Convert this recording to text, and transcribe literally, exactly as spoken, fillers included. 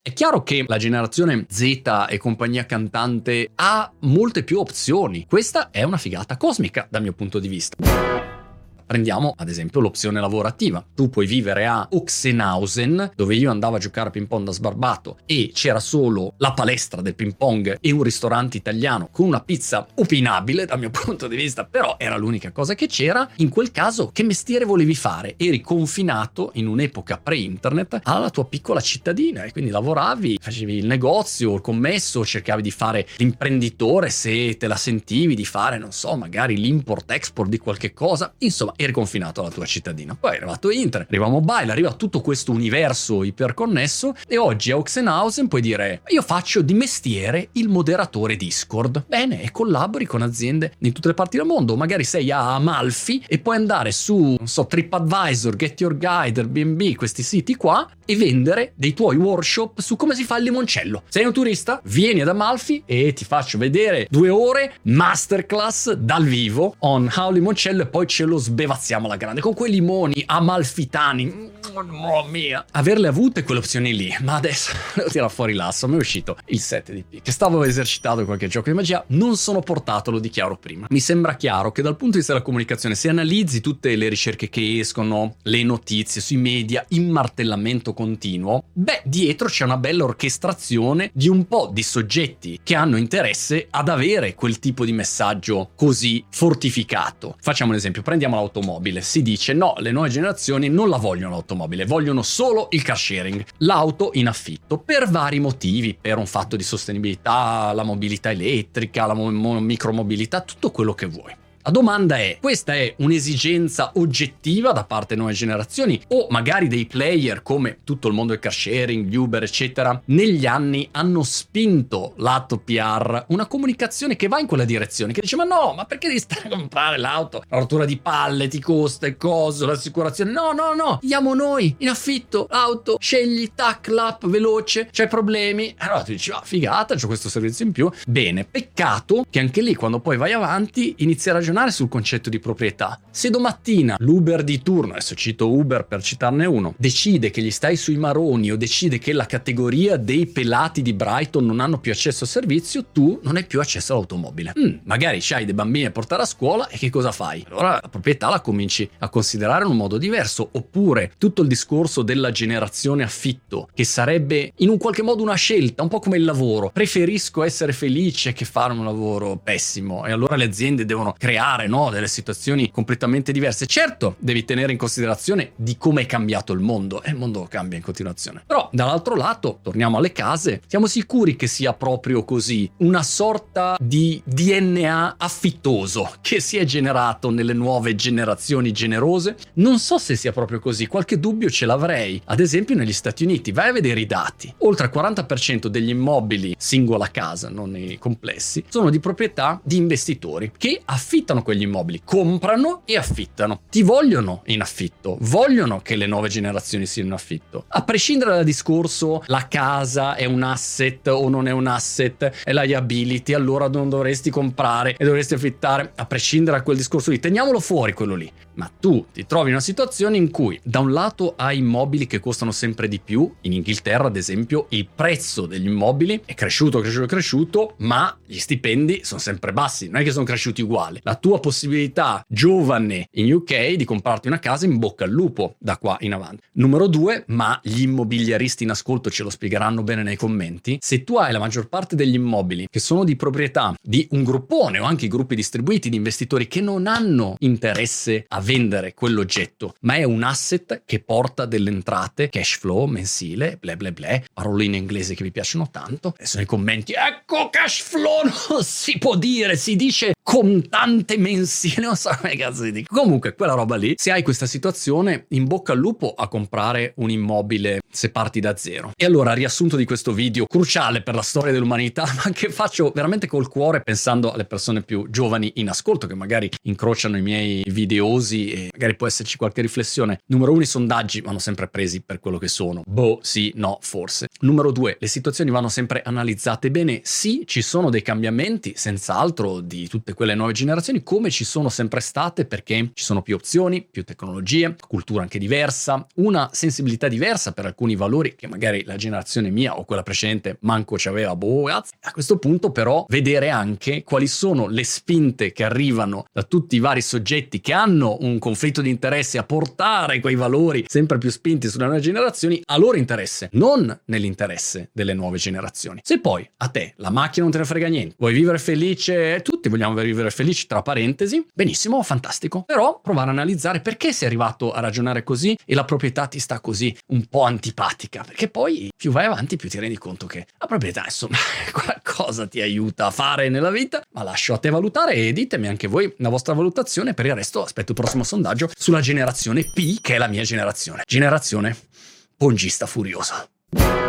È chiaro che la generazione Z e compagnia cantante ha molte più opzioni. Questa è una figata cosmica dal mio punto di vista. Prendiamo ad esempio l'opzione lavorativa. Tu puoi vivere a Oxenhausen, dove io andavo a giocare a ping pong da sbarbato e c'era solo la palestra del ping pong e un ristorante italiano con una pizza opinabile dal mio punto di vista, però era l'unica cosa che c'era. In quel caso che mestiere volevi fare? Eri confinato in un'epoca pre-internet alla tua piccola cittadina e quindi lavoravi, facevi il negozio, il commesso, cercavi di fare l'imprenditore se te la sentivi di fare, non so, magari l'import-export di qualche cosa, insomma eri confinato alla tua cittadina. Poi è arrivato internet, arriva mobile, arriva tutto questo universo iperconnesso e oggi a Oxenhausen puoi dire io faccio di mestiere il moderatore Discord. Bene, e collabori con aziende in tutte le parti del mondo. Magari sei a Amalfi e puoi andare su, non so, TripAdvisor, Get Your Guide, Airbnb, questi siti qua e vendere dei tuoi workshop su come si fa il limoncello. Sei un turista? Vieni ad Amalfi e ti faccio vedere due ore masterclass dal vivo on how limoncello e poi ce lo sbevazziamo alla grande con quei limoni amalfitani. Oh mia, averle avute quelle opzioni lì, ma adesso devo tirare fuori l'asso. Mi è uscito il sette di P che stavo esercitando qualche gioco di magia, non sono portato, lo dichiaro prima. Mi sembra chiaro che dal punto di vista della comunicazione, se analizzi tutte le ricerche che escono, le notizie sui media in martellamento continuo, beh, dietro c'è una bella orchestrazione di un po' di soggetti che hanno interesse ad avere quel tipo di messaggio così fortificato. Facciamo un esempio, prendiamo l'automobile. Si dice no, le nuove generazioni non la vogliono l'automobile, vogliono solo il car sharing, l'auto in affitto, per vari motivi, per un fatto di sostenibilità, la mobilità elettrica, la mo- mo- micromobilità, tutto quello che vuoi. La domanda è, questa è un'esigenza oggettiva da parte delle nuove generazioni o magari dei player come tutto il mondo del car sharing, gli Uber eccetera, negli anni hanno spinto lato P R una comunicazione che va in quella direzione, che dice ma no, ma perché devi stare a comprare l'auto? La rottura di palle ti costa il coso, l'assicurazione, no no no, diamo noi in affitto l'auto, scegli, tac, l'app veloce, c'hai problemi, allora tu dici ah figata, c'ho questo servizio in più. Bene, peccato che anche lì quando poi vai avanti inizi a ragionare sul concetto di proprietà. Se domattina l'Uber di turno, adesso cito Uber per citarne uno, decide che gli stai sui maroni o decide che la categoria dei pelati di Brighton non hanno più accesso al servizio, tu non hai più accesso all'automobile. Mm, magari c'hai dei bambini a portare a scuola e che cosa fai? Allora la proprietà la cominci a considerare in un modo diverso, oppure tutto il discorso della generazione affitto, che sarebbe in un qualche modo una scelta, un po' come il lavoro. Preferisco essere felice che fare un lavoro pessimo e allora le aziende devono creare no, delle situazioni completamente diverse. Certo, devi tenere in considerazione di come è cambiato il mondo e il mondo cambia in continuazione. Però dall'altro lato, torniamo alle case, siamo sicuri che sia proprio così, una sorta di D N A affittoso che si è generato nelle nuove generazioni generose? Non so se sia proprio così, qualche dubbio ce l'avrei. Ad esempio negli Stati Uniti, vai a vedere i dati, oltre il quaranta per cento degli immobili singola casa, non i complessi, sono di proprietà di investitori che affittano quegli immobili, comprano e affittano. Ti vogliono in affitto, vogliono che le nuove generazioni siano in affitto. A prescindere dal discorso la casa è un asset o non è un asset, è liability, allora non dovresti comprare e dovresti affittare, a prescindere da quel discorso lì, teniamolo fuori quello lì. Ma tu ti trovi in una situazione in cui da un lato hai immobili che costano sempre di più. In Inghilterra ad esempio il prezzo degli immobili è cresciuto, cresciuto, cresciuto, ma gli stipendi sono sempre bassi, non è che sono cresciuti uguali. La tua possibilità giovane in U K di comprarti una casa, in bocca al lupo da qua in avanti. Numero due, ma gli immobiliaristi in ascolto ce lo spiegheranno bene nei commenti, se tu hai la maggior parte degli immobili che sono di proprietà di un gruppone o anche i gruppi distribuiti di investitori che non hanno interesse a vendere quell'oggetto, ma è un asset che porta delle entrate, cash flow mensile, bla bla bla, parole in inglese che vi piacciono tanto, adesso nei commenti, ecco cash flow non si può dire, si dice contante mensile, non so come cazzo si dica. Comunque quella roba lì, se hai questa situazione, in bocca al lupo a comprare un immobile se parti da zero. E allora, riassunto di questo video cruciale per la storia dell'umanità, ma che faccio veramente col cuore pensando alle persone più giovani in ascolto che magari incrociano i miei videosi così e magari può esserci qualche riflessione. Numero uno, i sondaggi vanno sempre presi per quello che sono. Boh, sì, no, forse. Numero due, le situazioni vanno sempre analizzate bene. Sì, ci sono dei cambiamenti, senz'altro, di tutte quelle nuove generazioni, come ci sono sempre state, perché ci sono più opzioni, più tecnologie, cultura anche diversa, una sensibilità diversa per alcuni valori che magari la generazione mia o quella precedente manco ci aveva. Boh, cazzo. A questo punto però vedere anche quali sono le spinte che arrivano da tutti i vari soggetti che hanno un conflitto di interessi a portare quei valori sempre più spinti sulle nuove generazioni a loro interesse, non nell'interesse delle nuove generazioni. Se poi a te la macchina non te ne frega niente, vuoi vivere felice, tutti vogliamo vivere felici tra parentesi, benissimo, fantastico, però provare a analizzare perché sei arrivato a ragionare così e la proprietà ti sta così un po' antipatica, perché poi più vai avanti più ti rendi conto che la proprietà insomma qualcosa ti aiuta a fare nella vita, ma lascio a te valutare e ditemi anche voi la vostra valutazione. Per il resto aspetto il prossimo sondaggio sulla generazione P, che è la mia generazione, generazione pongista furiosa.